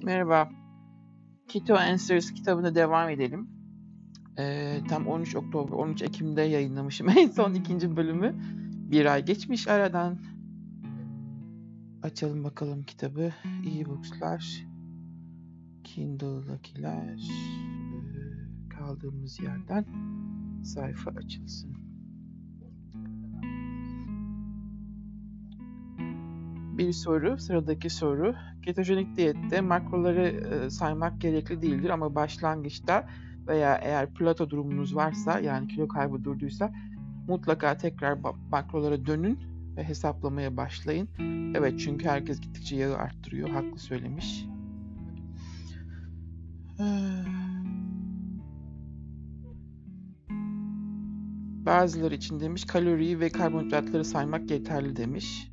Merhaba, Keto Answers kitabına devam edelim. Tam 13 Oktober, 13 Ekim'de yayınlamışım en son ikinci bölümü. Bir ay geçmiş aradan. Açalım bakalım kitabı. E-books'lar, Kindle'dakiler, kaldığımız yerden sayfa açılsın. Bir soru, sıradaki soru. Ketojenik diyette makroları saymak gerekli değildir ama başlangıçta veya eğer plato durumunuz varsa, yani kilo kaybı durduysa mutlaka tekrar makrolara dönün ve hesaplamaya başlayın. Evet, çünkü herkes gittikçe yağı arttırıyor. Haklı söylemiş. Bazıları için demiş kaloriyi ve karbonhidratları saymak yeterli demiş.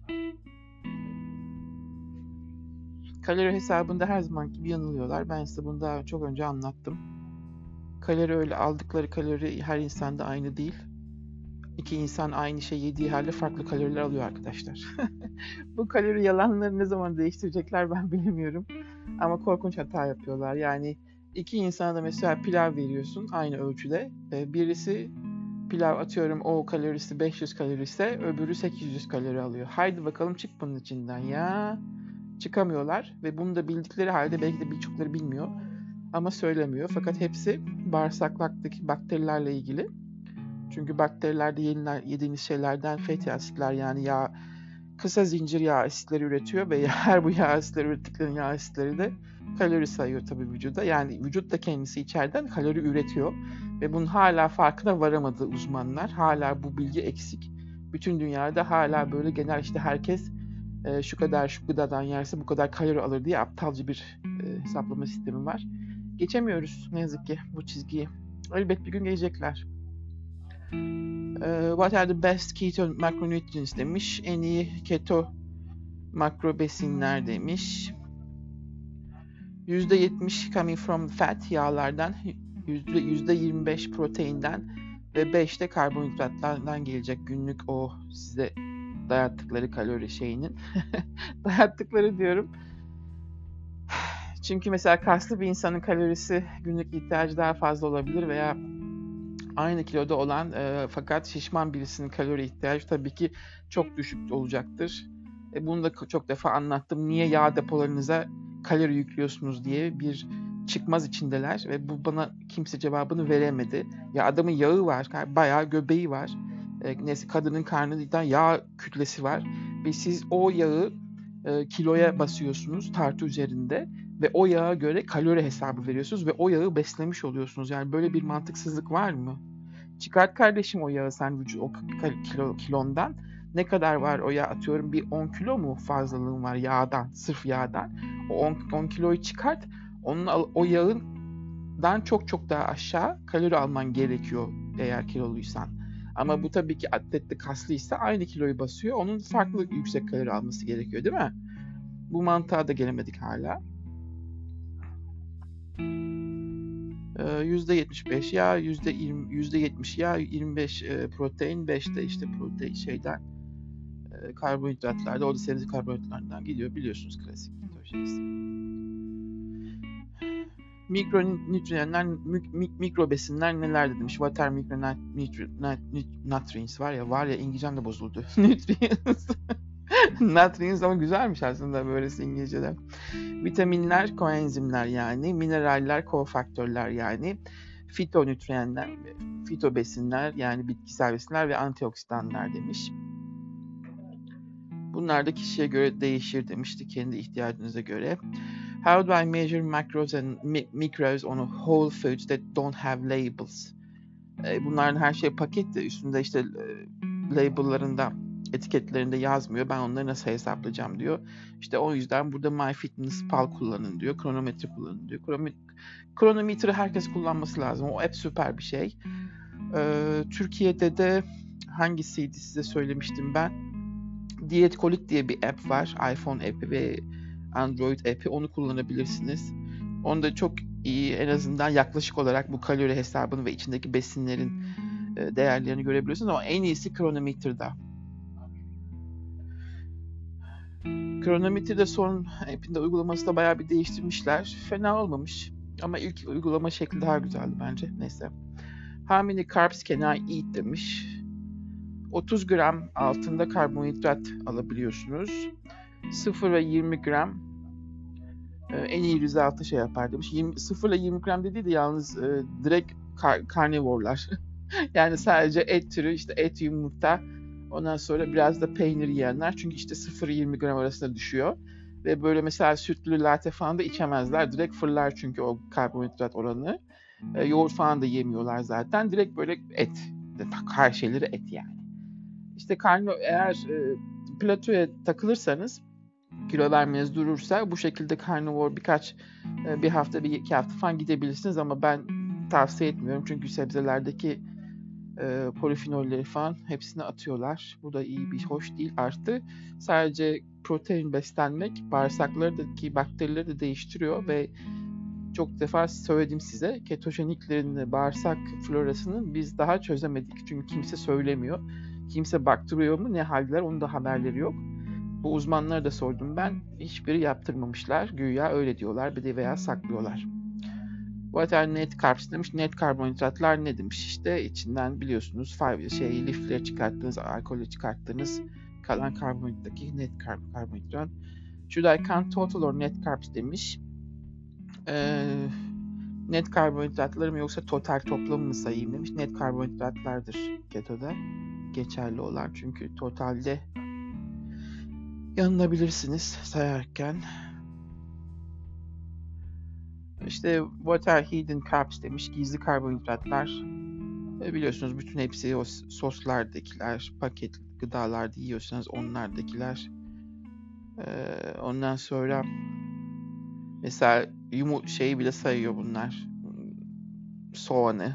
Kalori hesabında her zaman gibi yanılıyorlar. Ben size bunu daha çok önce anlattım. Kalori öyle, aldıkları kalori her insanda aynı değil. İki insan aynı şey yediği halde farklı kaloriler alıyor arkadaşlar. Bu kalori yalanları ne zaman değiştirecekler ben bilmiyorum. Ama korkunç hata yapıyorlar. Yani iki insana da mesela pilav veriyorsun aynı ölçüde. Birisi pilav atıyorum o kalorisi 500 kalori ise öbürü 800 kalori alıyor. Haydi bakalım çık bunun içinden ya. Çıkamıyorlar ve bunu da bildikleri halde belki de birçokları bilmiyor. Ama söylemiyor. Fakat hepsi bağırsaklaktaki bakterilerle ilgili. Çünkü bakterilerde yediğiniz şeylerden fatty asitler, yani yağ, kısa zincir yağ asitleri üretiyor ve her bu yağ asitleri ürettikleri yağ asitleri de kalori sayıyor tabii vücuda. Yani vücut da kendisi içeriden kalori üretiyor ve bunun hala farkına varamadı uzmanlar. Hala bu bilgi eksik. Bütün dünyada hala böyle genel işte herkes şu kadar şu gıdadan yerse bu kadar kalori alır diye aptalca bir hesaplama sistemi var. Geçemiyoruz ne yazık ki bu çizgiyi. Elbet bir gün gelecekler. What are the best keto macronutrients demiş. En iyi keto makro besinler demiş. %70 coming from fat, yağlardan, %25 proteinden ve 5 de karbonhidratlardan gelecek günlük o size dayattıkları kalori şeyinin. Dayattıkları diyorum. Çünkü mesela kaslı bir insanın kalorisi günlük ihtiyacı daha fazla olabilir veya aynı kiloda olan fakat şişman birisinin kalori ihtiyacı tabii ki çok düşük olacaktır. Bunu da çok defa anlattım. Niye yağ depolarınıza kalori yüklüyorsunuz diye bir çıkmaz içindeler ve bu bana kimse cevabını veremedi. Ya adamın yağı var, bayağı göbeği var. Neyse, kadının karnında yağ kütlesi var ve siz o yağı kiloya basıyorsunuz tartı üzerinde ve o yağa göre kalori hesabı veriyorsunuz ve o yağı beslemiş oluyorsunuz. Yani böyle bir mantıksızlık var mı? Çıkart kardeşim o yağı sen o kilondan. Ne kadar var o yağ, atıyorum bir 10 kilo mu fazlalığın var yağdan, sırf yağdan. O 10 kiloyu çıkart, o yağından çok daha aşağı kalori alman gerekiyor eğer kiloluysan. Ama bu tabii ki atletli kaslıysa aynı kiloyu basıyor. Onun farklı yüksek kalori alması gerekiyor değil mi? Bu mantığa da gelemedik hala. %75 yağ, %70 yağ, 25 protein, 5 de işte protein şeyden karbonhidratlarda, o da seri karbonhidratlardan gidiyor, biliyorsunuz klasik keto şeysi. Mikronütriyenler, mikro besinler neler demiş. What are micronutrients var ya İngilizcem de bozuldu. Nutrients. Nutrients ama güzelmiş aslında böylesi İngilizce'de. Vitaminler, koenzimler yani, mineraller, kofaktörler yani, fitonütriyenler, fitobesinler yani bitkisel besinler ve antioksidanlar demiş. Bunlar da kişiye göre değişir demişti, kendi ihtiyacınıza göre. How do I measure macros and micros on whole foods that don't have labels? Bunların her şey paket de üstünde işte label'larında, etiketlerinde yazmıyor. Ben onları nasıl hesaplayacağım diyor. İşte o yüzden burada MyFitnessPal kullanın diyor. Kronometre kullanın diyor. Kronometre herkes kullanması lazım. O app süper bir şey. Türkiye'de de hangisiydi size söylemiştim ben. Dietkolik diye bir app var. iPhone app'i ve Android app'i. Onu kullanabilirsiniz. Onda çok iyi, en azından yaklaşık olarak bu kalori hesabını ve içindeki besinlerin değerlerini görebiliyorsunuz ama en iyisi Kronometre'da. Kronometre'de son app'inde uygulaması da bayağı bir değiştirmişler. Fena olmamış. Ama ilk uygulama şekli daha güzeldi bence. Neyse. How many carbs can I eat demiş. 30 gram altında karbonhidrat alabiliyorsunuz. 0 ve 20 gram en iyi result'ı şey yapar demiş. 0 ile 20 gram dediği de yalnız direkt karnivorlar. Yani sadece et türü, işte et, yumurta, ondan sonra biraz da peynir yiyenler. Çünkü işte 0-20 gram arasında düşüyor. Ve böyle mesela sütlü latte falan da içemezler. Direkt fırlar çünkü o karbonhidrat oranı. Yoğurt falan da yemiyorlar zaten. Direkt böyle et. Her şeyleri et yani. İşte eğer platoya takılırsanız, kilo vermeniz durursa bu şekilde karnivor bir hafta, 2 hafta falan gidebilirsiniz ama ben tavsiye etmiyorum. Çünkü sebzelerdeki polifenolleri falan hepsini atıyorlar. Bu da iyi bir hoş değil. Artı sadece protein beslenmek bağırsaklardaki bakterileri de değiştiriyor ve çok defa söyledim size, ketojeniklerin bağırsak florasını biz daha çözemedik. Çünkü kimse söylemiyor. Kimse baktırıyor mu, ne haldeler, onun da haberleri yok. Bu uzmanlara da sordum ben. Hiçbiri yaptırmamışlar. Güya öyle diyorlar. Bir de veya saklıyorlar. What are net carbs demiş. Net karbonhidratlar ne demiş? İşte içinden biliyorsunuz lifleri çıkarttığınız, alkolü çıkarttığınız kalan karbonhidrattaki net karbonhidrat. Should I count total or net carbs demiş. Net karbonhidratları mı yoksa total toplamı mı sayayım demiş. Net karbonhidratlardır ketoda geçerli olan. Çünkü totalde yanılabilirsiniz sayarken. İşte what are hidden carbs demiş. Gizli karbonhidratlar. Biliyorsunuz bütün hepsi o soslardakiler, paket gıdalarda yiyorsanız onlardakiler. Ondan sonra mesela şeyi bile sayıyor bunlar. Soğanı.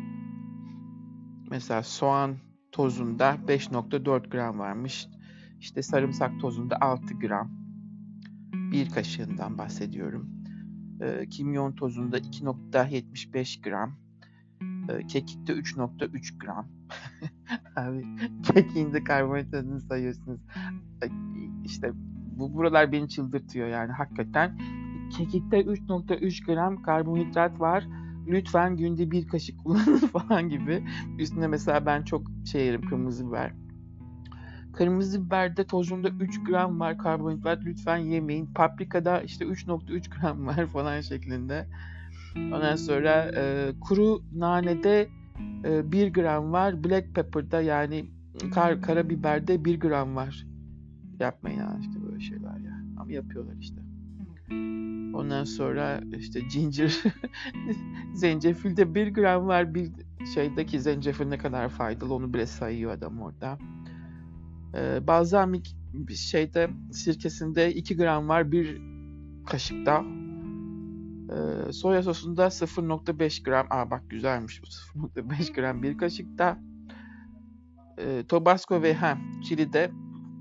Mesela soğan tozunda 5.4 gram varmış. İşte sarımsak tozunda 6 gram. Bir kaşığından bahsediyorum. Kimyon tozunda 2.75 gram. Kekikte 3.3 gram. Abi kekiğin de karbonhidratını sayıyorsunuz. İşte buralar beni çıldırtıyor yani hakikaten. Kekikte 3.3 gram karbonhidrat var. Lütfen günde bir kaşık kullanın falan gibi. Üstüne mesela ben çok yerim, kırmızı biber. Kırmızı biberde tozunda 3 gram var karbonhidrat, lütfen yemeyin. Paprikada işte 3.3 gram var falan şeklinde. Ondan sonra kuru nanede 1 gram var. Black pepper'da yani karabiberde 1 gram var. Yapmayın ya işte böyle şeyler ya. Ama yapıyorlar işte. Ondan sonra işte ginger, zencefilde 1 gram var. Bir şeydeki zencefil ne kadar faydalı onu bile sayıyor adam orada. Balzamik sirkesinde 2 gram var bir kaşıkta. Soya sosunda 0.5 gram. Bak güzelmiş bu, 0.5 gram bir kaşıkta. Tabasco ve Chili'de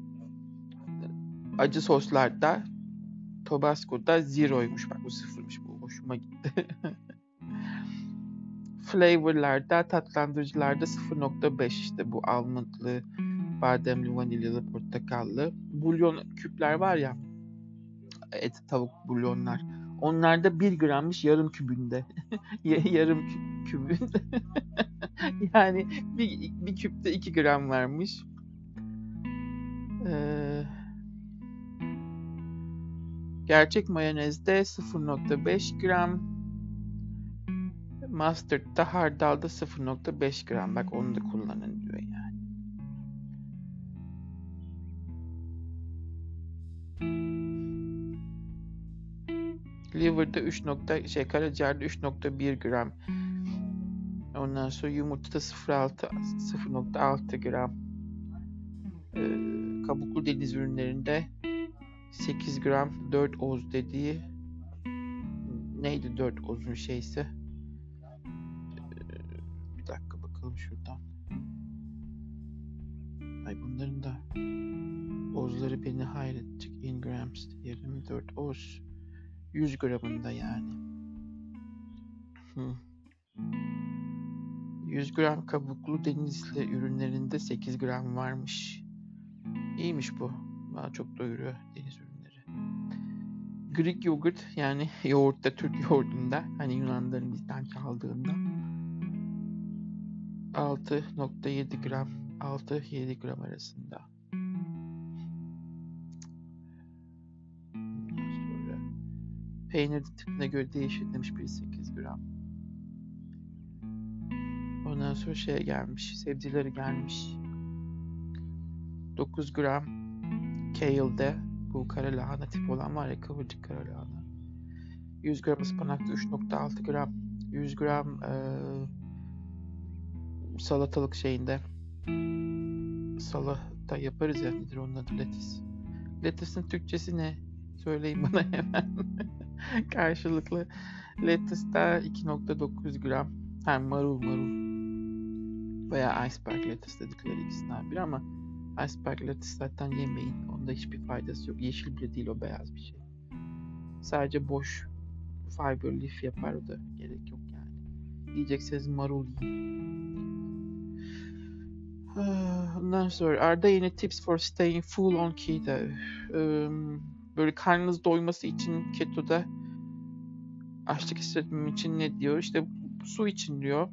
acı soslarda Tabasco'da zero'ymuş. Bak bu sıfırmış, bu hoşuma gitti. Flavor'larda, tatlandırıcılarda 0.5 işte bu almondlu, bademli, vanilyalı, portakallı. Bulyon küpler var ya, tavuk bulyonlar. Onlarda 1 grammış yarım kübünde. Yarım kübünde. Yani bir küpte 2 gram varmış. Gerçek mayonezde 0.5 gram. Mustard'da, hardalda 0.5 gram. Bak onu da kullanın diyor yani. Liver'da karaciğerde 3.1 gram. Ondan sonra yumurtada 0.6 gram. Kabuklu deniz ürünlerinde 8 gram 4 oz dediği neydi 4 ozun şeyse? Bir dakika bakalım şuradan. Ay bunların da ozları beni hayredecek. In grams 24 oz. 100 gramında yani. 100 gram kabuklu denizli ürünlerinde 8 gram varmış. İyiymiş bu. Bana çok doyuruyor deniz ürünleri. Greek yogurt, yani yoğurtta, Türk yoğurdunda, hani Yunanların bizden çaldığında 6.7 gram, 6-7 gram arasında. Ondan sonra peynir tipine göre değişir demiş, 8 gram. Ondan sonra gelmiş, sebzeleri gelmiş. 9 gram kale'de, bu kara lahana tipi olan var ya, kıvırcık kara lahana. 100 gram ıspanakta 3.6 gram. 100 gram salatalık şeyinde, salata yaparız ya, nedir onun adı, lettuce. Lettuce'ın Türkçesi ne? Söyleyin bana hemen. Karşılıklı. Lettuce'da 2.9 gram. Marul. Veya iceberg lettuce dedikleri ikisinden biri, ama iceberg lettuce zaten yemeyin. Onda hiçbir faydası yok. Yeşil bile değil, o beyaz bir şey. Sadece boş fiber leaf yapar, o da gerek yok yani. Yiyecekseniz marul yiyin. Ondan sonra Arda yine tips for staying full on keto. Böyle karnınız doyması için keto'da açlık hissetmem için ne diyor? İşte su için diyor.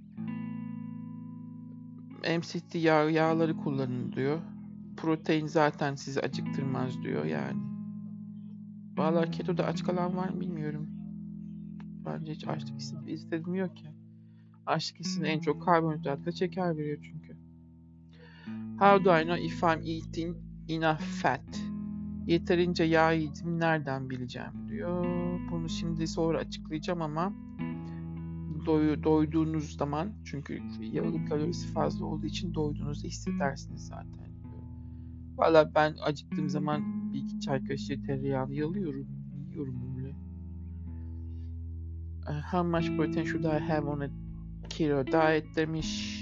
MCT yağları kullanın diyor. Protein zaten sizi acıktırmaz diyor yani. Vallahi keto'da aç kalan var mı bilmiyorum. Bence hiç açlık hissedilmiyor ki. Açlık hissini en çok karbonhidratla şeker veriyor çünkü. How do I know if I'm eating enough fat? Yeterince yağ yedim nereden bileceğim diyor. Bunu şimdi sonra açıklayacağım ama doyduğunuz zaman, çünkü yağın kalorisi fazla olduğu için doyduğunuzu hissedersiniz zaten diyor. Valla ben acıktığım zaman bir iki çay kaşığı tereyağını yiyorum böyle. How much protein should I have on a keto diet demiş.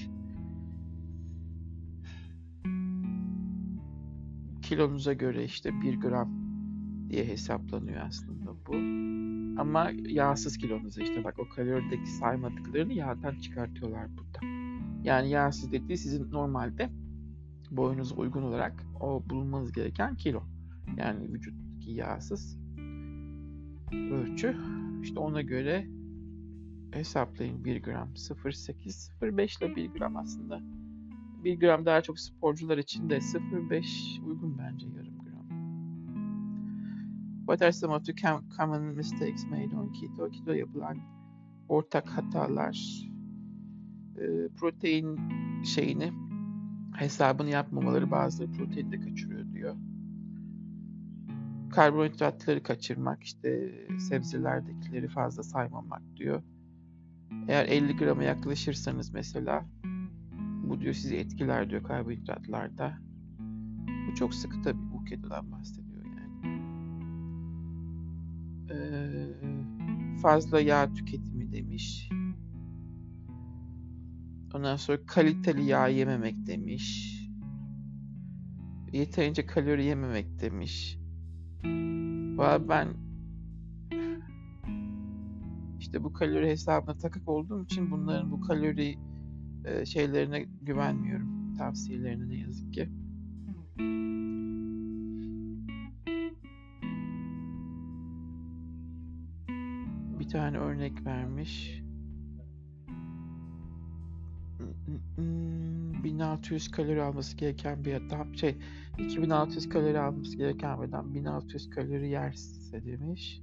Kilonuza göre işte 1 gram diye hesaplanıyor aslında bu. Ama yağsız kilonuza, işte bak o kalorideki saymadıklarını yağdan çıkartıyorlar burada. Yani yağsız dediği sizin normalde boyunuza uygun olarak o bulunmanız gereken kilo. Yani vücuttaki yağsız ölçü. İşte ona göre hesaplayın 1 gram. 0.8-0.5 ile 1 gram aslında. 1 gram daha çok sporcular için de 0.5 uygun bence, yarım gram. What are some of the common mistakes made on keto? Keto yapılan ortak hatalar. Protein hesabını yapmamaları, bazıları proteini de kaçırıyor diyor. Karbonhidratları kaçırmak, işte sebzelerdekileri fazla saymamak diyor. Eğer 50 grama yaklaşırsanız mesela, bu diyor sizi etkiler diyor karbonhidratlarda. Bu çok sıkı tabii, bu ketodan bahsediyor yani. Fazla yağ tüketimi demiş. Ondan sonra kaliteli yağ yememek demiş. Yeterince kalori yememek demiş. Ben işte bu kalori hesabına takık olduğum için bunların bu kalori şeylerine güvenmiyorum. Tavsiyelerine ne yazık ki. Bir tane örnek vermiş. 1600 kalori alması gereken bir adam, 2600 kalori alması gereken bir adam 1600 kalori yerse demiş.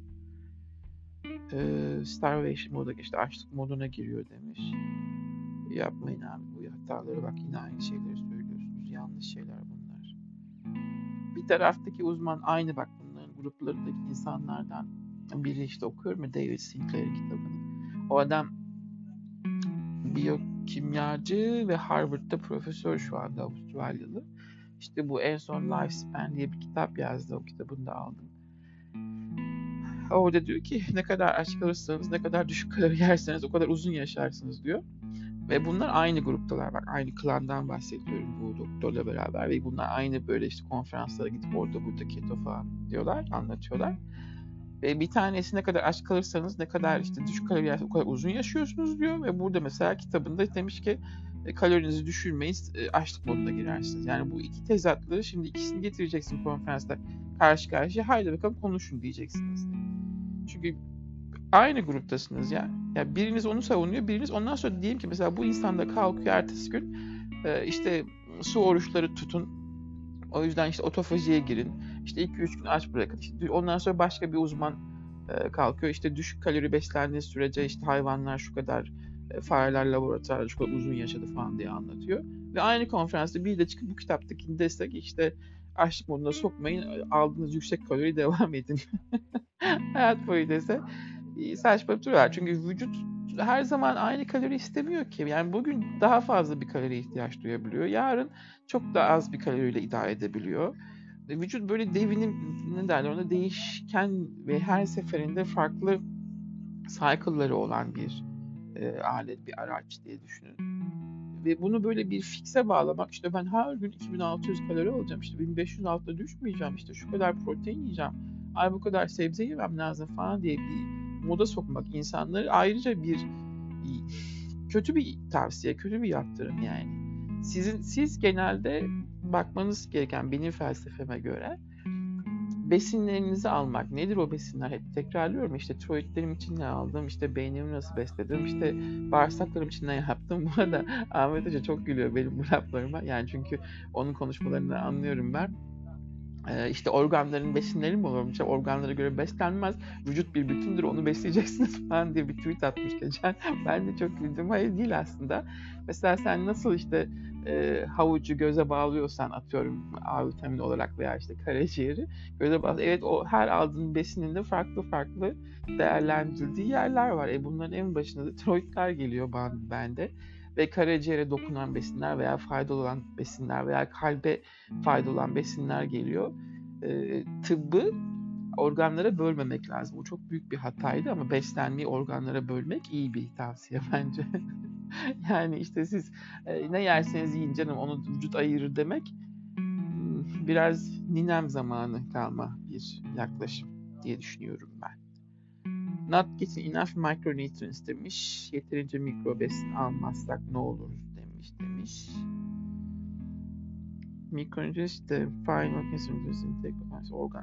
Starvation moda, işte açlık moduna giriyor demiş. Yapmayın abi bu hataları, bak yine aynı şeyleri söylüyorsunuz. Yanlış şeyler bunlar. Bir taraftaki uzman aynı, bak bunların gruplarındaki insanlardan biri, işte okuyorum ya David Sinclair'in kitabını. O adam biyokimyacı ve Harvard'da profesör şu anda, Avustralyalı. İşte bu en son Lifespan diye bir kitap yazdı. O kitabını da aldım. Orada diyor ki ne kadar aç kalırsanız, ne kadar düşük kalori yerseniz o kadar uzun yaşarsınız diyor. Ve bunlar aynı gruptalar. Bak aynı klandan bahsediyorum bu doktorla beraber. Ve bunlar aynı böyle işte konferanslara gidip orada burada keto falan diyorlar, anlatıyorlar. Ve bir tanesi ne kadar aç kalırsanız, ne kadar işte düşük kalori yerseniz o kadar uzun yaşıyorsunuz diyor. Ve burada mesela kitabında demiş ki kalorinizi düşürmeyiz, açlık moduna girersiniz. Yani bu iki tezatları, şimdi ikisini getireceksin konferansta. karşı karşıya haydi bakalım konuşun diyeceksiniz. Çünkü aynı gruptasınız ya. Ya biriniz onu savunuyor, biriniz ondan sonra diyelim ki mesela bu insan da kalkıyor ertesi gün işte su oruçları tutun. O yüzden işte otofajiye girin. İşte 2-3 gün aç bırakın. İşte ondan sonra başka bir uzman kalkıyor. İşte düşük kalori beslendiği sürece işte hayvanlar şu kadar fareler laboratuvarda şu kadar uzun yaşadı falan diye anlatıyor. Ve aynı konferansta bir de çıkıp bu kitaptaki destek işte açlık moduna sokmayın. Aldığınız yüksek kalori devam edin. Hayat boyu dese saçma duruyorlar. Çünkü vücut her zaman aynı kalori istemiyor ki. Yani bugün daha fazla bir kalori ihtiyaç duyabiliyor. Yarın çok daha az bir kaloriyle idare edebiliyor. Vücut böyle ne derler ona, değişken ve her seferinde farklı cycle'ları olan bir alet, bir araç diye düşünün. Ve bunu böyle bir fikse bağlamak, işte ben her gün 2600 kalori alacağım, işte 1500 altına düşmeyeceğim, işte şu kadar protein yiyeceğim, ay bu kadar sebze yemem lazım falan diye bir moda sokmak insanları ayrıca bir kötü bir tavsiye, kötü bir yaptırım yani. Siz genelde bakmanız gereken, benim felsefeme göre, besinlerinizi almak. Nedir o besinler? Hep tekrarlıyorum. İşte tiroidlerim için ne aldım? İşte beynimi nasıl besledim? İşte bağırsaklarım için ne yaptım? Bu arada Ahmet Hoca çok gülüyor benim bu laflarıma. Yani çünkü onun konuşmalarını anlıyorum ben. İşte organların besinleri mi olur? İşte organlara göre beslenmez. Vücut bir bütündür, onu besleyeceksiniz falan diye bir tweet atmış geçen. Ben de çok güldüm. Hayır, değil aslında. Mesela sen nasıl işte havucu göze bağlıyorsan, atıyorum A vitamini olarak veya işte karaciğeri göze bağlı. Evet, o her aldığın besinin de farklı farklı değerlendirildiği yerler var. Bunların en başında da tiroidler geliyor bende. Ve karaciğere dokunan besinler veya faydalı olan besinler veya kalbe faydalı olan besinler geliyor. Tıbbı organlara bölmemek lazım. Bu çok büyük bir hataydı ama beslenmeyi organlara bölmek iyi bir tavsiye bence. Yani işte siz ne yerseniz yiyin canım, onu vücut ayırır demek biraz ninem zamanı kalma bir yaklaşım diye düşünüyorum ben. Not getting enough micronutrients demiş. Yeterince mikro besin almazsak ne olur demiş. Mikronutrients işte fine organisms intake organ.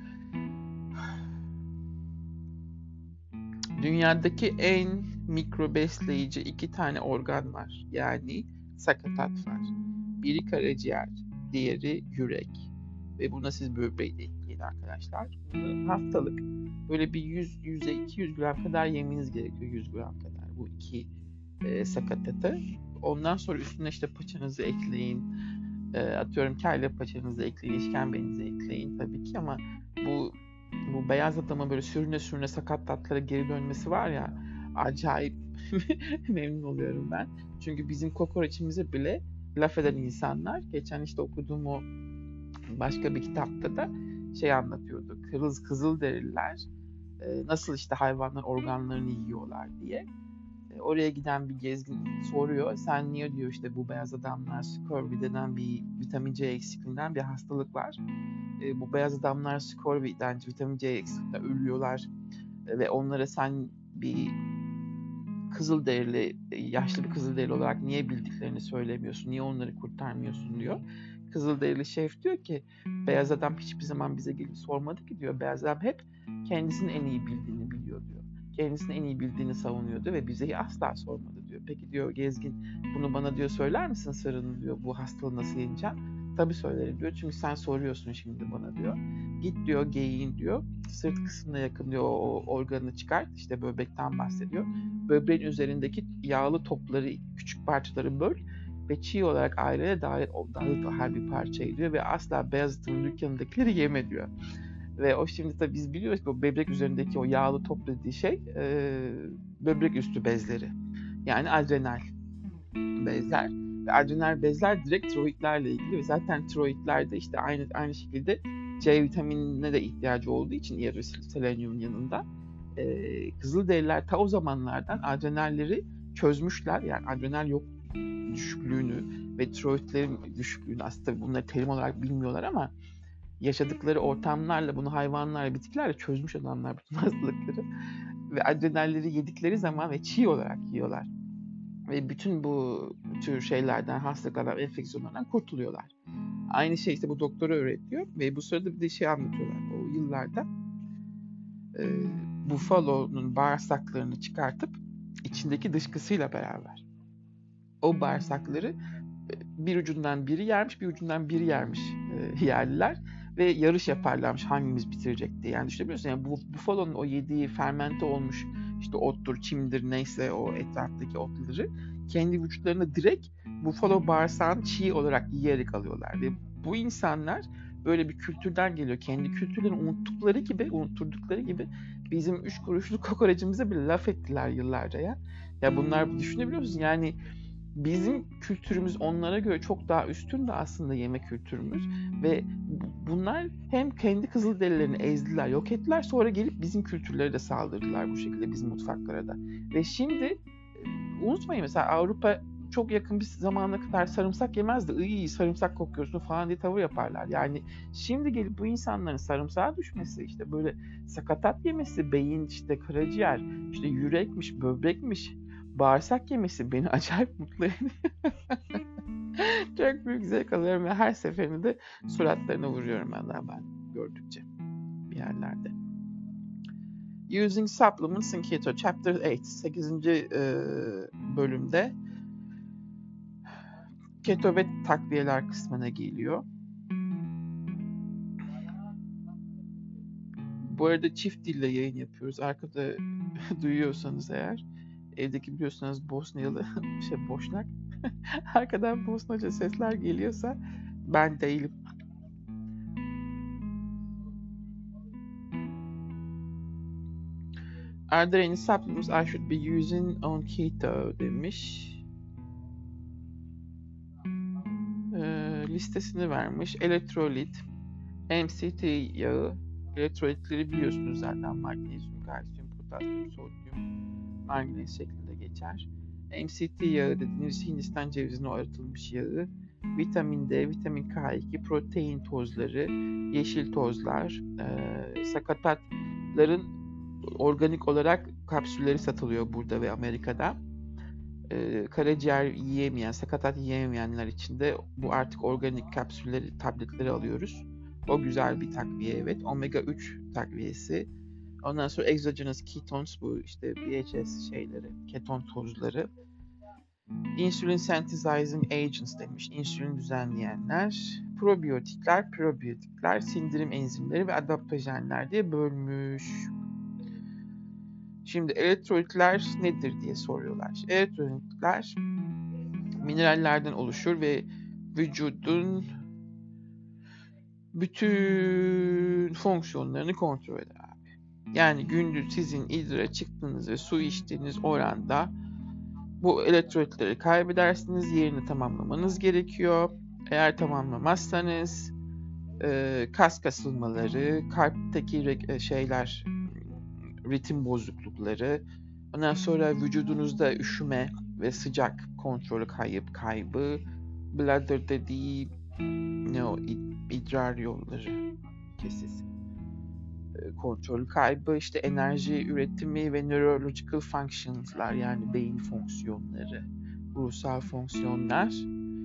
Dünyadaki en mikro besleyici 2 tane organ var. Yani sakatat var. Biri karaciğer, diğeri yürek. Ve buna siz böbreği de ekleyin arkadaşlar. Haftalık böyle bir 100-200 gram kadar yemeniz gerekiyor. 100 gram kadar bu iki sakatatı. Ondan sonra üstüne işte paçanızı ekleyin. Atıyorum kelle paçanızı ekleyin, işkembenizi ekleyin tabii ki, ama bu beyaz adamın böyle sürüne sürüne sakat tatlara geri dönmesi var ya, acayip memnun oluyorum ben. Çünkü bizim kokoreçimize bile laf eden insanlar, geçen işte okuduğum o başka bir kitapta da şey anlatıyordu. Kızılderililer nasıl işte hayvanların organlarını yiyorlar diye. Oraya giden bir gezgin soruyor. Sen niye, diyor, işte bu beyaz adamlar scurvy denen bir vitamin C eksikliğinden bir hastalık var. Bu beyaz adamlar scurvy'den, vitamin C eksikliğinden ölüyorlar. Ve onlara sen bir Kızılderili, yaşlı bir Kızılderili olarak niye bildiklerini söylemiyorsun, niye onları kurtarmıyorsun diyor. Kızılderili şef diyor ki, beyaz adam hiçbir zaman bize gelip sormadı ki diyor. Beyaz adam hep kendisinin en iyi bildiğini biliyor diyor. Kendisinin en iyi bildiğini savunuyordu ve bize asla sormadı diyor. Peki diyor gezgin, bunu bana diyor söyler misin sırrını diyor, bu hastalığı nasıl yeneceğim? Tabii söylerim diyor, çünkü sen soruyorsun şimdi bana diyor. Git diyor geyiğin diyor sırt kısmına yakın diyor o organı çıkart, işte böbrekten bahsediyor. Böbreğin üzerindeki yağlı topları, küçük parçaları böl ve çiğ olarak aileye dağıt her bir parçayı diyor ve asla beyaz atın dükkanındakileri yeme diyor. Ve o şimdi tabii biz biliyoruz ki o böbrek üzerindeki o yağlı top dediği şey böbrek üstü bezleri. Yani adrenal bezler. Ve adrenal bezler direkt tiroidlerle ilgili ve zaten tiroidlerde işte aynı şekilde C vitaminine de ihtiyacı olduğu için iyodosil selenyumun yanında Kızılderililer ta o zamanlardan adrenalleri çözmüşler. Yani adrenal yok düşüklüğünü ve tiroidlerin düşüklüğünü, aslında bunları terim olarak bilmiyorlar ama yaşadıkları ortamlarla, bunu hayvanlarla, bitkilerle çözmüş adamlar bütün hastalıkları. Ve adrenalleri yedikleri zaman ve çiğ olarak yiyorlar. Ve bütün bu tür şeylerden, hastalıklardan, enfeksiyonlardan kurtuluyorlar. Aynı şey işte bu doktora öğretiyor ve bu sırada bir de şey anlatıyorlar. O yıllarda bufalonun bağırsaklarını çıkartıp içindeki dışkısıyla beraber o bağırsakları bir ucundan biri yermiş, bir ucundan biri yermiş yerliler ve yarış yaparlarmış hangimiz bitirecek diye. Yani düşünebiliyorsun yani bu bufalonun o yediği fermente olmuş işte ottur, çimdir neyse o etraftaki otları kendi vücutlarına direkt bufalo bağırsağını çiğ olarak yiyerek alıyorlar ve bu insanlar böyle bir kültürden geliyor. Kendi kültürlerini unutturdukları gibi bizim 3 kuruşluk kokoreçimize bir laf ettiler yıllarca ya. Ya bunlar düşünebiliyor musun? Yani bizim kültürümüz onlara göre çok daha üstün de aslında yemek kültürümüz ve bunlar hem kendi Kızılderililerini ezdiler, yok ettiler sonra gelip bizim kültürlere de saldırdılar bu şekilde bizim mutfaklara da. Ve şimdi unutmayın mesela Avrupa çok yakın bir zamana kadar sarımsak yemezdi. İyi sarımsak kokuyorsun falan diye tavır yaparlar. Yani şimdi gelip bu insanların sarımsağa düşmesi, işte böyle sakatat yemesi, beyin işte karaciğer, işte yürekmiş, böbrekmiş, bağırsak yemesi beni acayip mutlu ediyor. Çok büyük zevk alıyorum ve her seferinde de suratlarına vuruyorum ben gördükçe bir yerlerde. Using Supplements in Keto Chapter 8 8. bölümde keto ve takviyeler kısmına geliyor. Bu arada çift dille yayın yapıyoruz. Arkada duyuyorsanız eğer. Evdeki biliyorsanız Bosnayalı Boşnak. Arkadan Bosnaca sesler geliyorsa ben değilim. Are there any supplements I should be using on keto demiş. Listesini vermiş. Elektrolit, MCT yağı, elektrolitleri biliyorsunuz zaten magnezyum, kalsiyum, potasyum, sodyum, manganez şeklinde geçer. MCT yağı dediğimiz Hindistan cevizine arıtılmış yağı, vitamin D, vitamin K2, protein tozları, yeşil tozlar, sakatatların organik olarak kapsülleri satılıyor burada ve Amerika'da. Karaciğer yiyemeyen, sakatat yiyemeyenler için de bu artık organik kapsülleri, tabletleri alıyoruz. O güzel bir takviye evet. Omega 3 takviyesi. Ondan sonra exogenous ketones, bu işte BHS şeyleri, keton tozları. Insulin synthesizing agents demiş. İnsülin düzenleyenler. Probiyotikler, probiyotikler, sindirim enzimleri ve adaptojenler diye bölmüş. Şimdi elektrolitler nedir diye soruyorlar. Elektrolitler minerallerden oluşur ve vücudun bütün fonksiyonlarını kontrol eder abi. Yani gündüz sizin idre çıktığınız ve su içtiğiniz oranda bu elektrolitleri kaybedersiniz. Yerini tamamlamanız gerekiyor. Eğer tamamlamazsanız kas kasılmaları, kalpteki ritim bozuklukları, ondan sonra vücudunuzda üşüme ve sıcak kontrolü kaybı, bladder dediği idrar yolları kesesi kontrol kaybı, işte enerji üretimi ve neurological functions'lar yani beyin fonksiyonları, ruhsal fonksiyonlar,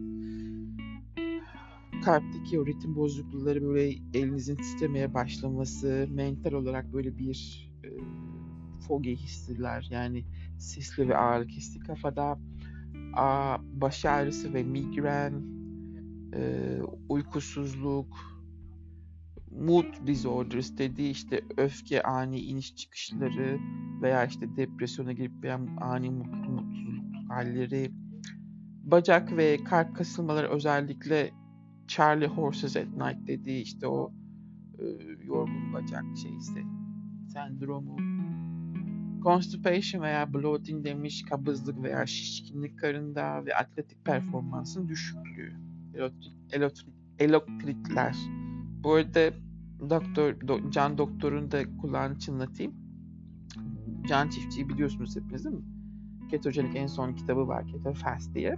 kalpteki o ritim bozuklukları, böyle elinizin titremeye başlaması, mental olarak böyle bir foggy hisler yani sisli ve ağırlık hissi kafada, baş ağrısı ve migren, uykusuzluk, mood disorders dediği işte öfke, ani iniş çıkışları veya işte depresyona girip bir ani mutsuzluk halleri, bacak ve kalp kasılmaları, özellikle Charlie Horses at Night dediği işte o yorgun bacak sendromu, constipation veya bloating demiş, kabızlık veya şişkinlik karında ve atletik performansın düşüklüğü, elektrolitler. Bu arada Can Doktor'un da kulağını çınlatayım. Can Çiftçi'yi biliyorsunuz hepiniz değil mi? Ketojenik en son kitabı var, Keto Fast diye.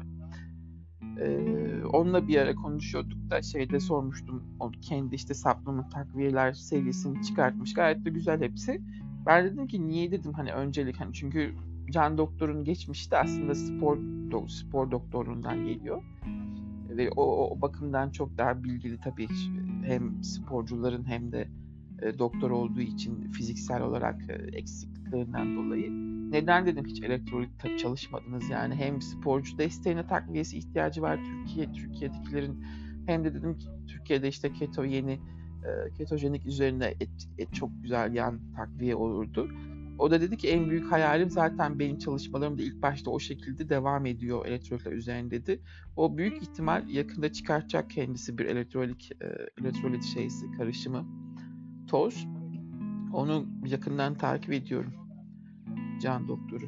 Onunla bir ara konuşuyorduk da sormuştum. O kendi işte supplement takviyeler seviyesini çıkartmış. Gayet de güzel hepsi. Ben dedim ki niye dedim hani öncelik hani çünkü Can Doktor'un geçmişte aslında spor doktorluğundan geliyor. Ve o bakımdan çok daha bilgili tabii, hem sporcuların hem de doktor olduğu için fiziksel olarak eksikliklerinden dolayı. Neden dedim hiç elektrolit çalışmadınız, yani hem sporcu desteğine, takviyesi ihtiyacı var Türkiye'dekilerin, hem de dedim ki Türkiye'de işte ketojenik üzerine çok güzel yan takviye olurdu. O da dedi ki en büyük hayalim, zaten benim çalışmalarım da ilk başta o şekilde devam ediyor elektrolitler üzerine dedi. O büyük ihtimal yakında çıkartacak kendisi bir elektrolit karışımı, toz. Onu yakından takip ediyorum. Can doktoru.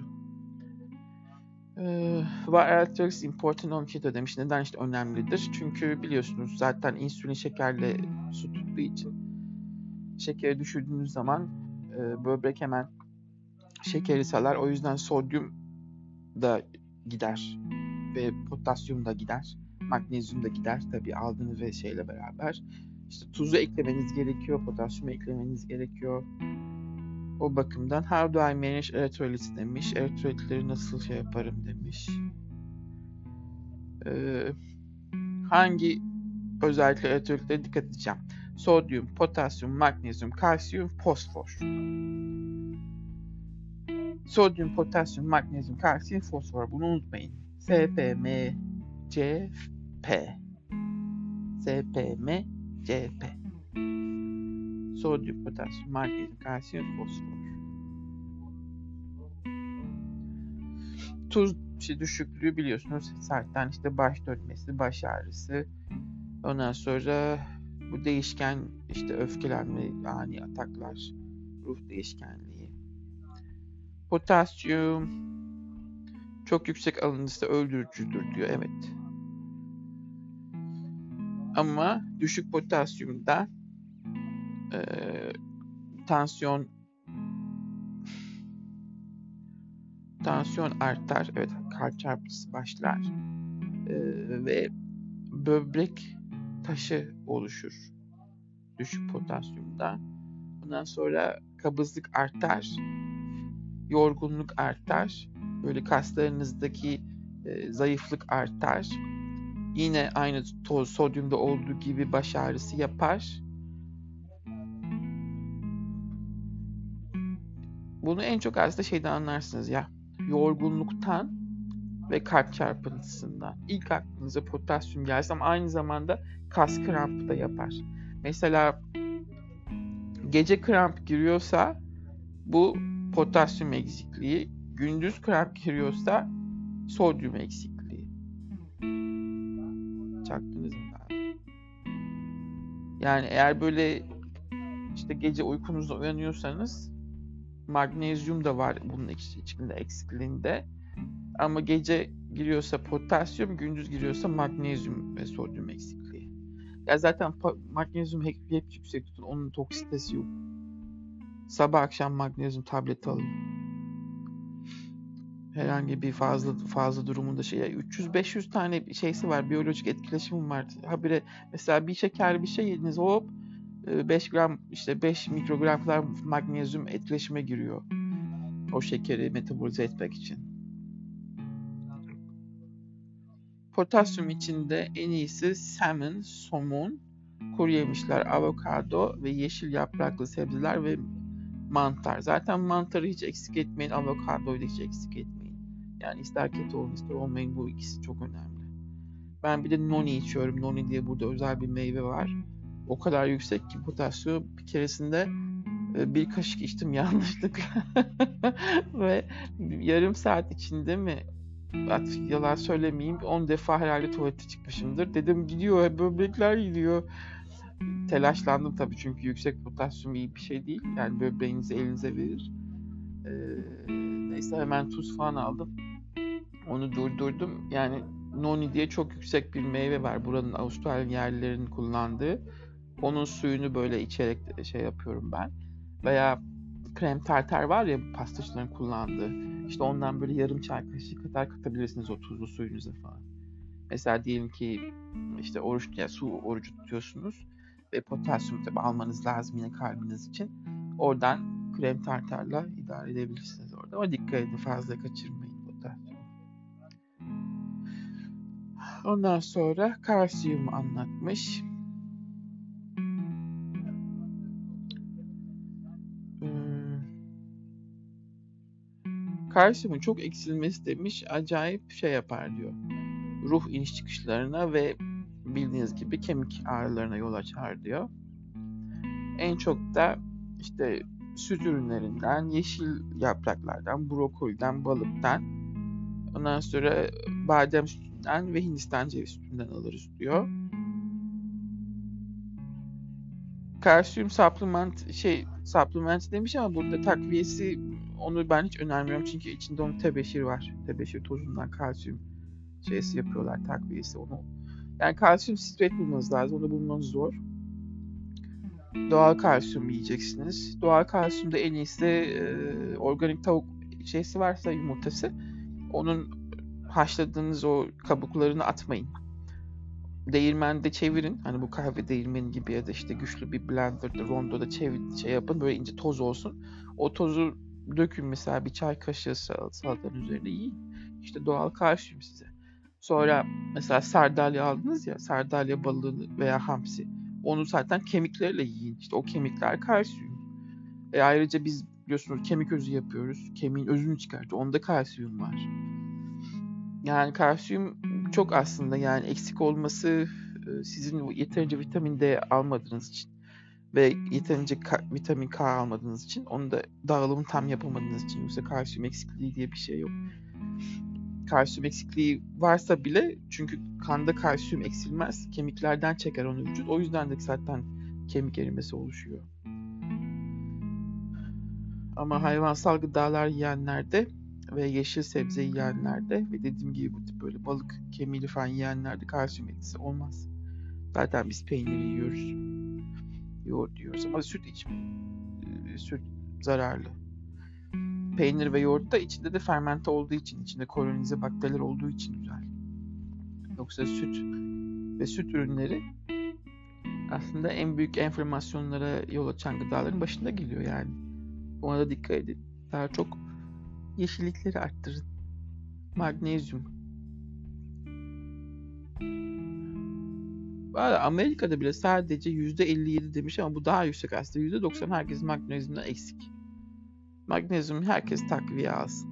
Why electrolytes is important on keto demiş. Neden işte önemlidir? Çünkü biliyorsunuz zaten insülin şekerle su tuttuğu için şekeri düşürdüğünüz zaman böbrek hemen şekeri salar. O yüzden sodyum da gider ve potasyum da gider. Magnezyum da gider tabii aldığınız ve şeyle beraber. İşte tuzu eklemeniz gerekiyor, potasyumu eklemeniz gerekiyor. O bakımdan how do I manage electrolytes demiş. Elektrolitleri nasıl yaparım demiş. Hangi özellikle elektrolitlere dikkat edeceğim? Sodyum, potasyum, magnezyum, kalsiyum, fosfor. Sodyum, potasyum, magnezyum, kalsiyum, fosfor. Bunu unutmayın. SPMCP. SPMCP. Sodyum, potasyum, magnezyum, kalsiyum, fosfor. Tuz düşüklüğü biliyorsunuz. Zaten işte baş dönmesi, baş ağrısı. Ondan sonra bu değişken işte öfkelenme, ani ataklar, ruh değişkenliği. Potasyum çok yüksek alınırsa öldürücüdür diyor. Evet. Ama düşük potasyumda tansiyon artar. Evet, kalp çarpıntısı başlar. Ve böbrek taşı oluşur düşük potasyumda. Ondan sonra kabızlık artar. Yorgunluk artar. Böyle kaslarınızdaki zayıflık artar. Yine aynı sodyumda olduğu gibi baş ağrısı yapar. Bunu en çok aslında şeyden anlarsınız ya. Yorgunluktan ve kalp çarpıntısından. İlk aklınıza potasyum gelse ama aynı zamanda kas krampı da yapar. Mesela gece kramp giriyorsa bu potasyum eksikliği, gündüz kramp giriyorsa sodyum eksikliği. Çaktınız mı abi? Yani eğer böyle işte gece uykunuzda uyanıyorsanız magnezyum da var bunun içinde eksikliğinde. Ama gece giriyorsa potasyum, gündüz giriyorsa magnezyum ve sodyum eksikliği. Ya zaten magnezyum hep yüksek tutun. Onun toksitesi yok. Sabah akşam magnezyum tableti alın. Herhangi bir fazla durumunda 300-500 tane şeysi var. Biyolojik etkileşimi var. Habire mesela bir şeker bir şey yediniz, hop 5 gram işte 5 mikrogram kadar magnezyum etkileşime giriyor. O şekeri metabolize etmek için. Potasyum içinde en iyisi salmon, somun, kuru yemişler, avokado ve yeşil yapraklı sebzeler ve mantar. Zaten mantarı hiç eksik etmeyin, avokadoyu da hiç eksik etmeyin. Yani ister keto olun ister olmayın, bu ikisi çok önemli. Ben bir de noni içiyorum. Noni diye burada özel bir meyve var. O kadar yüksek ki potasyum, bir keresinde bir kaşık içtim yanlışlıkla. Ve yarım saat içinde mi, artık yalan söylemeyeyim, 10 defa herhalde tuvalete çıkmışımdır. Dedim gidiyor, böbrekler gidiyor. Telaşlandım tabii çünkü yüksek potasyum iyi bir şey değil. Yani böbreğinizi elinize verir. Neyse hemen tuz falan aldım. Onu durdurdum. Yani noni diye çok yüksek bir meyve var. Buranın Avustralya yerlilerinin kullandığı. Onun suyunu böyle içerek yapıyorum ben. Veya krem tartar var ya pastacıların kullandığı. İşte ondan böyle yarım çay kaşığı kadar katabilirsiniz o tuzlu suyunuza falan. Mesela diyelim ki işte su orucu tutuyorsunuz ve potasyum tabi almanız lazım yine kalbiniz için. Oradan krem tartarla idare edebilirsiniz orada. Ama dikkat edin, fazla kaçırmayın potasyum. Ondan sonra kalsiyum anlatmış. Kalsiyumun çok eksilmesi demiş acayip şey yapar diyor. Ruh iniş çıkışlarına ve bildiğiniz gibi kemik ağrılarına yol açar diyor. En çok da işte süt ürünlerinden, yeşil yapraklardan, brokoliden, balıktan, ondan sonra badem sütünden ve Hindistan cevizi sütünden alırız diyor. Kalsiyum supplement demiş ama burada takviyesi onu ben hiç önermiyorum çünkü içinde onun tebeşir var. Tebeşir tozundan kalsiyum yapıyorlar takviyesi onu. Yani kalsiyum sitret bulmanız lazım. Onu bulmanız zor. Doğal kalsiyum yiyeceksiniz. Doğal kalsiyumda en iyisi organik tavuk varsa yumurtası. Onun haşladığınız o kabuklarını atmayın. Değirmende çevirin. Hani bu kahve değirmeni gibi ya da işte güçlü bir blenderda, rondoda yapın. Böyle ince toz olsun. O tozu dökün mesela bir çay kaşığı salatanın üzerine yiyin. İşte doğal kalsiyum size. Sonra mesela sardalya aldınız ya, sardalya balığını veya hamsi. Onu zaten kemikleriyle yiyin. İşte o kemikler kalsiyum. Ayrıca biz biliyorsunuz kemik özü yapıyoruz. Kemiğin özünü çıkartıyor. Onda kalsiyum var. Yani kalsiyum çok aslında yani eksik olması sizin yeterince vitamin D almadığınız için ve yeterince vitamin K almadığınız için onu da dağılımını tam yapamadığınız için yoksa kalsiyum eksikliği diye bir şey yok. Kalsiyum eksikliği varsa bile çünkü kanda kalsiyum eksilmez. Kemiklerden çeker onu vücut. O yüzden de zaten kemik erimesi oluşuyor. Ama hayvansal gıdalar yiyenlerde ve yeşil sebze yiyenlerde ve dediğim gibi bu tip böyle balık kemiği falan yiyenlerde kalsiyum etkisi olmaz. Zaten biz peynir yiyoruz. Yoğurt yiyoruz ama süt içmeyin. Süt zararlı. Peynir ve yoğurt da içinde de fermente olduğu için, içinde kolonize bakteriler olduğu için güzel. Yoksa süt ve süt ürünleri aslında en büyük enflamasyonlara yol açan gıdaların başında geliyor yani. Ona da dikkat edin. Daha çok yeşillikleri arttırın. Magnezyum. Amerika'da bile sadece %57 demiş ama bu daha yüksek aslında. %90 herkes magnezyumdan eksik. Magnezyum herkes takviye alsın.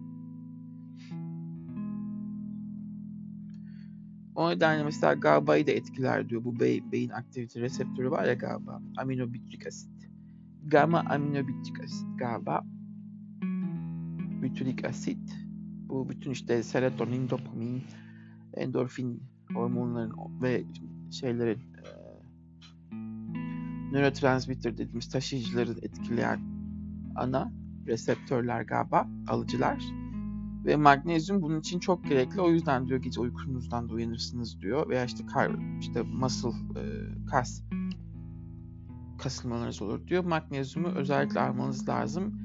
O nedenle mesela GABA'yı da etkiler diyor. Bu beyin aktivite reseptörü var ya GABA. Aminobütrik asit. Gamma aminobütrik asit GABA. Bütürik asit. Bu bütün işte serotonin, dopamin, endorfin hormonların ve şeylerin nörotransmitter dediğimiz taşıyıcıları etkileyen ana reseptörler GABA, alıcılar. Ve magnezyum bunun için çok gerekli. O yüzden diyor gece uykunuzdan da uyanırsınız diyor. Veya işte muscle, kas kasılmalarınız olur diyor. Magnezyumu özellikle almanız lazım.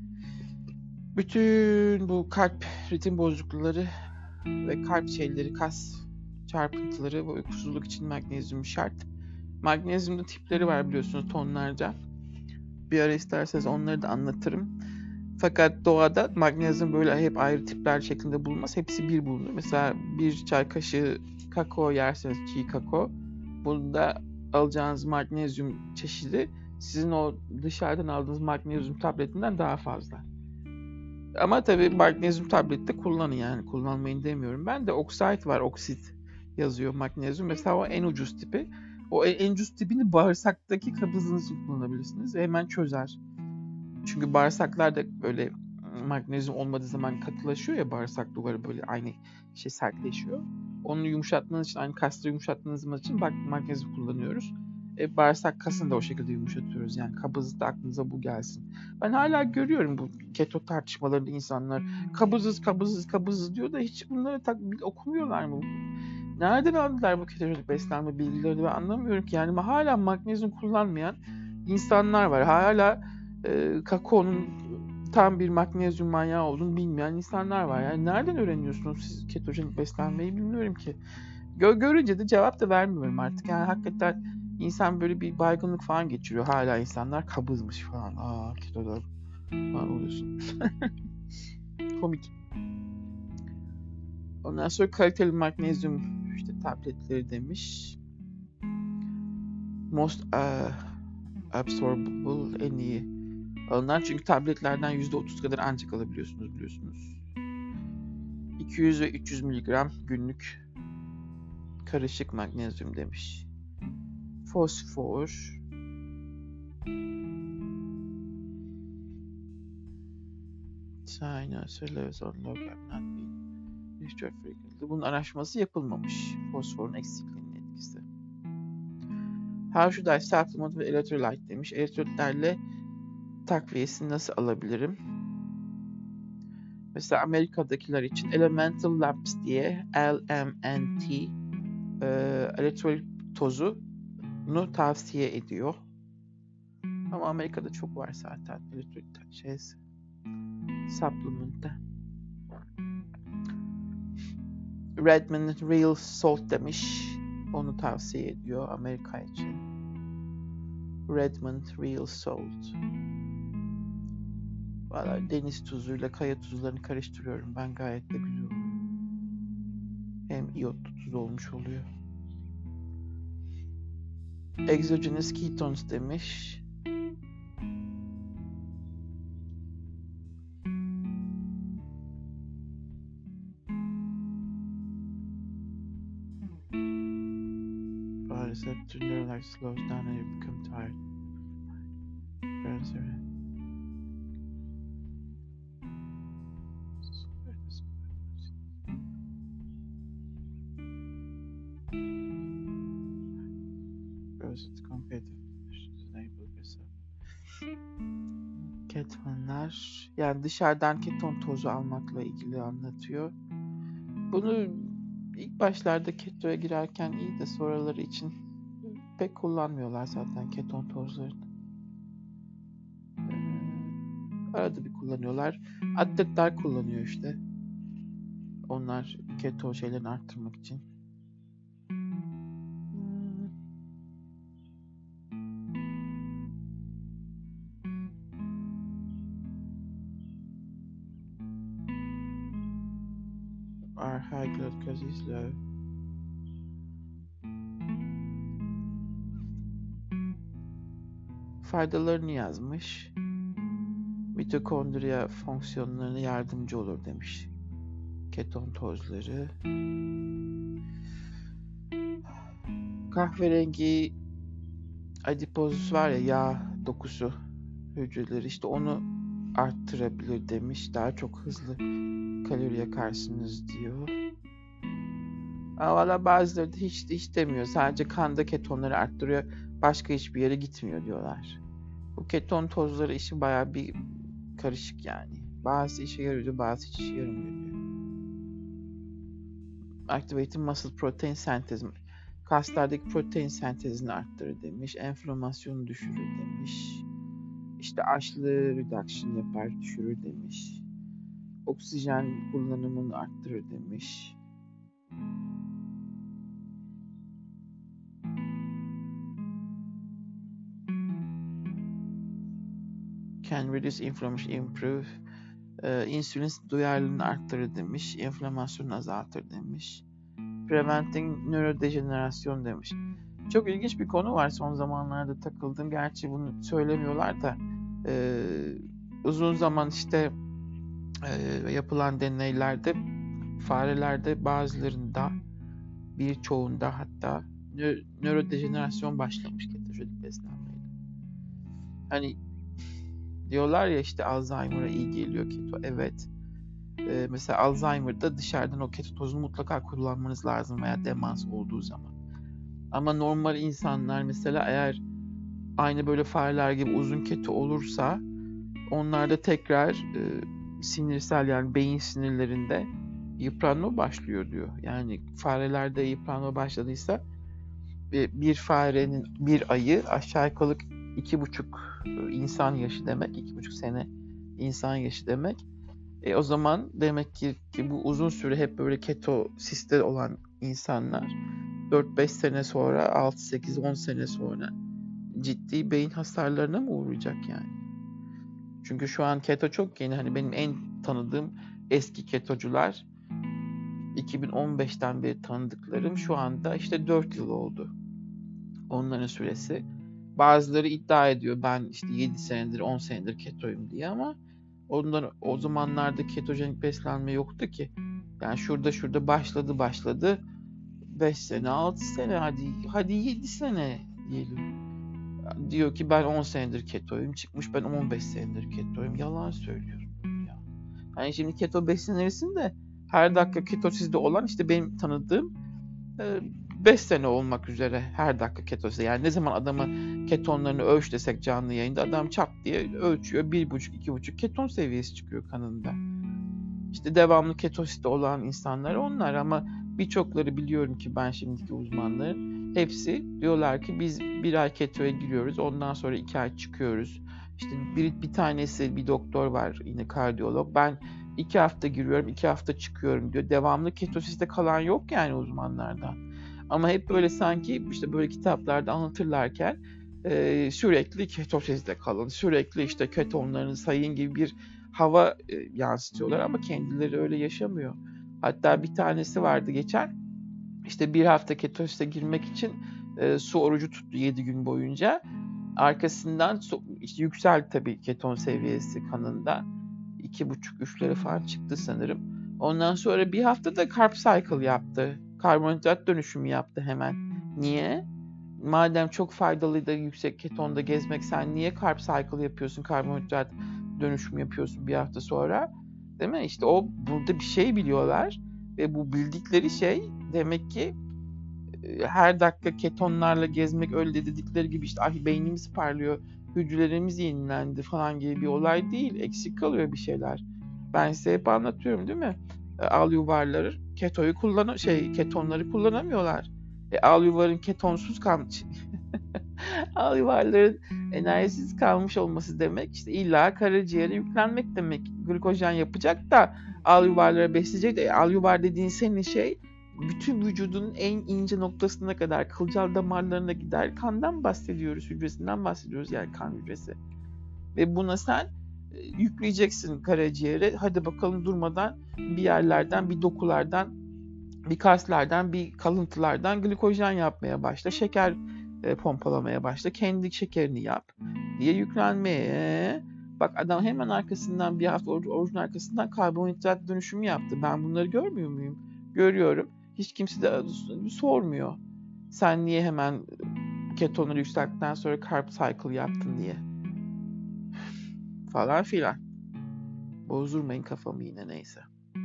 Bütün bu kalp ritim bozuklukları ve kalp kas çarpıntıları ve uykusuzluk için magnezyum şart. Magnezyumda tipleri var biliyorsunuz tonlarca. Bir ara isterseniz onları da anlatırım. Fakat doğada magnezyum böyle hep ayrı tipler şeklinde bulunmaz. Hepsi bir bulunur. Mesela bir çay kaşığı kakao yerseniz çiğ kakao. Bunda alacağınız magnezyum çeşidi sizin o dışarıdan aldığınız magnezyum tabletinden daha fazla. Ama tabii magnezyum tableti de kullanın yani. Kullanmayın demiyorum. Ben de oksit var. Oksit yazıyor magnezyum. Mesela o en ucuz tipi. O en ucuz tipini bağırsaktaki kabızlığınız için kullanabilirsiniz. Hemen çözer. Çünkü bağırsaklar da böyle magnezyum olmadığı zaman katılaşıyor ya bağırsak duvarı böyle aynı sertleşiyor. Onu yumuşatmanız için, aynı kasları yumuşatmanız için magnezyum kullanıyoruz. Bağırsak kasını da o şekilde yumuşatıyoruz. Yani kabızlıkta aklınıza bu gelsin. Ben hala görüyorum bu keto tartışmalarında insanlar kabızız diyor da hiç bunları okumuyorlar mı? Nereden aldılar bu ketojenik beslenme bilgilerini ben anlamıyorum ki. Yani hala magnezyum kullanmayan insanlar var. Hala kakaonun tam bir magnezyum manyağı olduğunu bilmeyen insanlar var. Yani nereden öğreniyorsunuz siz ketojenik beslenmeyi bilmiyorum ki. Görünce de cevap da vermiyorum artık. Yani hakikaten insan böyle bir baygınlık falan geçiriyor. Hala insanlar kabızmış falan. Ketoda falan oluyorsun. Komik. Ondan sonra kaliteli magnezyum işte tabletleri demiş. Most absorbable, en iyi alınan, çünkü tabletlerden %30 kadar ancak alabiliyorsunuz biliyorsunuz. 200 ve 300 mg günlük karışık magnezyum demiş. Fosfor, China, cellulose on low carb not being restored frequently. Bunun araştırması yapılmamış. Fosforun eksikliğinin etkisi. How should I supplement with electrolyte demiş. Elektrolitlerle takviyesini nasıl alabilirim? Mesela Amerika'dakiler için Elemental Labs diye LMNT elektrolit tozunu tavsiye ediyor. Ama Amerika'da çok var zaten elektrolit supplement'ta. Redmond Real Salt demiş. Onu tavsiye ediyor Amerika için. Redmond Real Salt. Vallahi deniz tuzuyla kaya tuzlarını karıştırıyorum. Ben gayet de güzel oluyor. Hem iyotlu tuz olmuş oluyor. Exogenous ketones demiş. Receptor neural slows down and you become tired. Ketonlar, yani dışarıdan keton tozu almakla ilgili anlatıyor. Bunu ilk başlarda ketoya girerken iyi de sonraları için pek kullanmıyorlar zaten keton tozlarını. Arada bir kullanıyorlar. Atletler kullanıyor işte. Onlar keto şeylerini arttırmak için. Our high glucose is low. Faydalarını yazmış. Mitokondriya fonksiyonlarına yardımcı olur demiş. Keton tozları. Kahverengi adipoz var ya, yağ dokusu hücreleri, işte onu arttırabilir demiş. Daha çok hızlı kalori yakarsınız diyor. Valla bazıları da hiç demiyor. Sadece kanda ketonları arttırıyor. Başka hiçbir yere gitmiyor diyorlar. Bu keton tozları işi bayağı bir karışık yani. Bazı işe yarıyor, bazı hiç işe yaramıyor diyor. Activating muscle protein sentezi. Kaslardaki protein sentezini arttırır demiş. Enflamasyonu düşürür demiş. İşte açlığı reduction yapar, düşürür demiş. Oksijen kullanımını arttırır demiş. Can reduce inflammation, improve. İnsülin duyarlılığını arttırır demiş. Enflamasyonu azaltır demiş. Preventing nörodejenerasyon demiş. Çok ilginç bir konu var son zamanlarda takıldığım. Gerçi bunu söylemiyorlar da uzun zaman işte yapılan deneylerde farelerde bazılarında, birçoğunda hatta nörodejenerasyon başlamış ketojenik beslenmeyle. Hani diyorlar ya işte Alzheimer'a iyi geliyor keto. Evet. Mesela Alzheimer'da dışarıdan o keto tozunu mutlaka kullanmanız lazım veya demans olduğu zaman. Ama normal insanlar mesela eğer aynı böyle fareler gibi uzun keto olursa onlarda tekrar sinirsel, yani beyin sinirlerinde yıpranma başlıyor diyor. Yani farelerde yıpranma başladıysa bir farenin bir ayı aşağı yukarı 2,5 insan yaşı demek. 2,5 sene insan yaşı demek. O zaman demek ki bu uzun süre hep böyle keto siste olan insanlar 4-5 sene sonra, 6-8-10 sene sonra ciddi beyin hasarlarına mı uğrayacak yani? Çünkü şu an keto çok yeni. Hani benim en tanıdığım eski ketocular 2015'ten beri tanıdıklarım şu anda işte 4 yıl oldu. Onların süresi. Bazıları iddia ediyor ben işte 7 senedir 10 senedir ketoyum diye ama o zamanlarda ketojenik beslenme yoktu ki. Yani şurada başladı 5 sene 6 sene hadi 7 sene diyelim. Diyor ki ben 10 senedir ketoyum, çıkmış ben 15 senedir ketoyum. Yalan söylüyorum ya. Yani şimdi keto beslenirsin de her dakika ketosizde olan işte benim tanıdığım 5 sene olmak üzere her dakika ketosizde. Yani ne zaman adamı ketonlarını ölç desek canlı yayında adam çat diye ölçüyor. 1,5-2,5 keton seviyesi çıkıyor kanında. İşte devamlı ketosizde olan insanlar onlar ama birçokları biliyorum ki ben şimdiki uzmanların hepsi diyorlar ki biz 1 ay ketoya giriyoruz, ondan sonra 2 ay çıkıyoruz. İşte bir tanesi bir doktor var yine kardiyolog, ben 2 hafta giriyorum 2 hafta çıkıyorum diyor. Devamlı ketosizde kalan yok yani uzmanlardan. Ama hep böyle sanki işte böyle kitaplarda anlatırlarken sürekli ketosizde kalın, sürekli işte ketonlarını sayın gibi bir hava yansıtıyorlar ama kendileri öyle yaşamıyor. Hatta bir tanesi vardı geçen işte 1 hafta ketosize girmek için su orucu tuttu 7 gün boyunca. Arkasından işte yükseldi tabii keton seviyesi kanında. 2,5-3'lere falan çıktı sanırım. Ondan sonra bir hafta da carb cycle yaptı. Karbonhidrat dönüşümü yaptı hemen. Niye? Madem çok faydalıydı yüksek ketonda gezmek, sen niye carb cycle yapıyorsun, karbonhidrat dönüşümü yapıyorsun bir hafta sonra? Değil mi? İşte burada bir şey biliyorlar ve bu bildikleri şey demek ki her dakika ketonlarla gezmek öyle dedikleri gibi işte beynimiz parlıyor, hücrelerimiz yenilendi falan gibi bir olay değil. Eksik kalıyor bir şeyler. Ben size hep anlatıyorum değil mi? Al yuvarları ketonları kullanamıyorlar. Al yuvarın ketonsuz kalmış. Al yuvarların enerjisiz kalmış olması demek işte illa karaciğere yüklenmek demek. Glikojen yapacak da al yuvarları besleyecek de al yuvar dediğin senin bütün vücudun en ince noktasına kadar kılcal damarlarına gider. Kandan bahsediyoruz, hücresinden bahsediyoruz yani kan hücresi. Ve buna sen yükleyeceksin karaciğere. Hadi bakalım durmadan bir yerlerden, bir dokulardan, bir kaslardan, bir kalıntılardan glikojen yapmaya başla. Şeker pompalamaya başla. Kendi şekerini yap diye yüklenmeye. Bak adam hemen arkasından bir hafta orucun arkasından karbonhidrat dönüşümü yaptı. Ben bunları görmüyor muyum? Görüyorum. Hiç kimse de sormuyor. Sen niye hemen ketonları yükselttikten sonra carb cycle yaptın diye. Falan filan. Bozdurmayın kafamı yine neyse.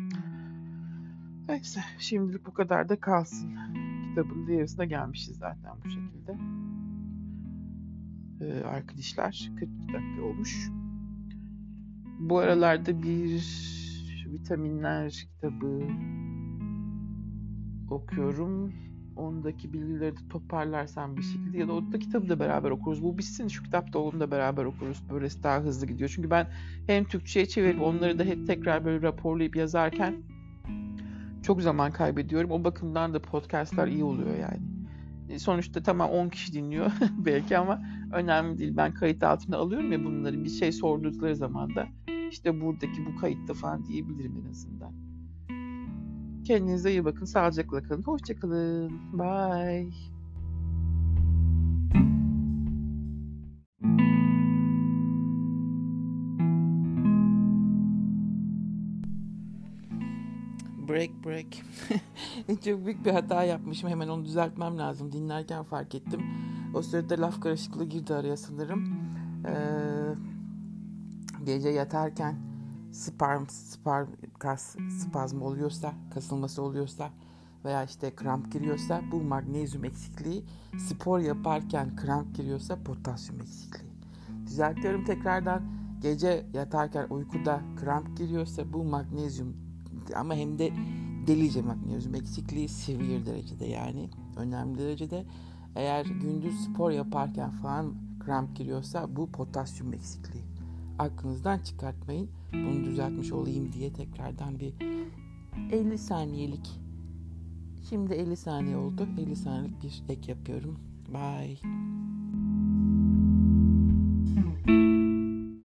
Neyse şimdilik bu kadar da kalsın. Kitabın da yarısına gelmişiz zaten bu şekilde. Arkadaşlar 42 dakika olmuş. Bu aralarda bir vitaminler kitabı okuyorum. Ondaki bilgileri de toparlarsam bir şekilde ya da o da kitabı da beraber okuruz. Bu bitsin şu kitap da onu da beraber okuruz. Böylesi daha hızlı gidiyor. Çünkü ben hem Türkçe'ye çevirip onları da hep tekrar böyle raporlayıp yazarken çok zaman kaybediyorum. O bakımdan da podcastlar iyi oluyor yani. Sonuçta tamam 10 kişi dinliyor belki ama önemli değil. Ben kayıt altına alıyorum ya bunları bir şey sordukları zaman da işte buradaki bu kayıtta falan diyebilirim en azından. Kendinize iyi bakın. Sağlıcakla kalın. Hoşça kalın. Bye. Break. Çok büyük bir hata yapmışım. Hemen onu düzeltmem lazım. Dinlerken fark ettim. O sırada laf karışıklığı girdi araya sanırım. Gece yatarken kas spazmı oluyorsa, kasılması oluyorsa veya işte kramp giriyorsa bu magnezyum eksikliği, spor yaparken kramp giriyorsa potasyum eksikliği. Düzeltiyorum tekrardan, gece yatarken uykuda kramp giriyorsa bu magnezyum ama hem de delice magnezyum eksikliği, seviyeli derecede yani önemli derecede. Eğer gündüz spor yaparken falan kramp giriyorsa bu potasyum eksikliği. Aklınızdan çıkartmayın. Bunu düzeltmiş olayım diye tekrardan bir 50 saniyelik. Şimdi 50 saniye oldu. 50 saniyelik bir ek yapıyorum. Bye.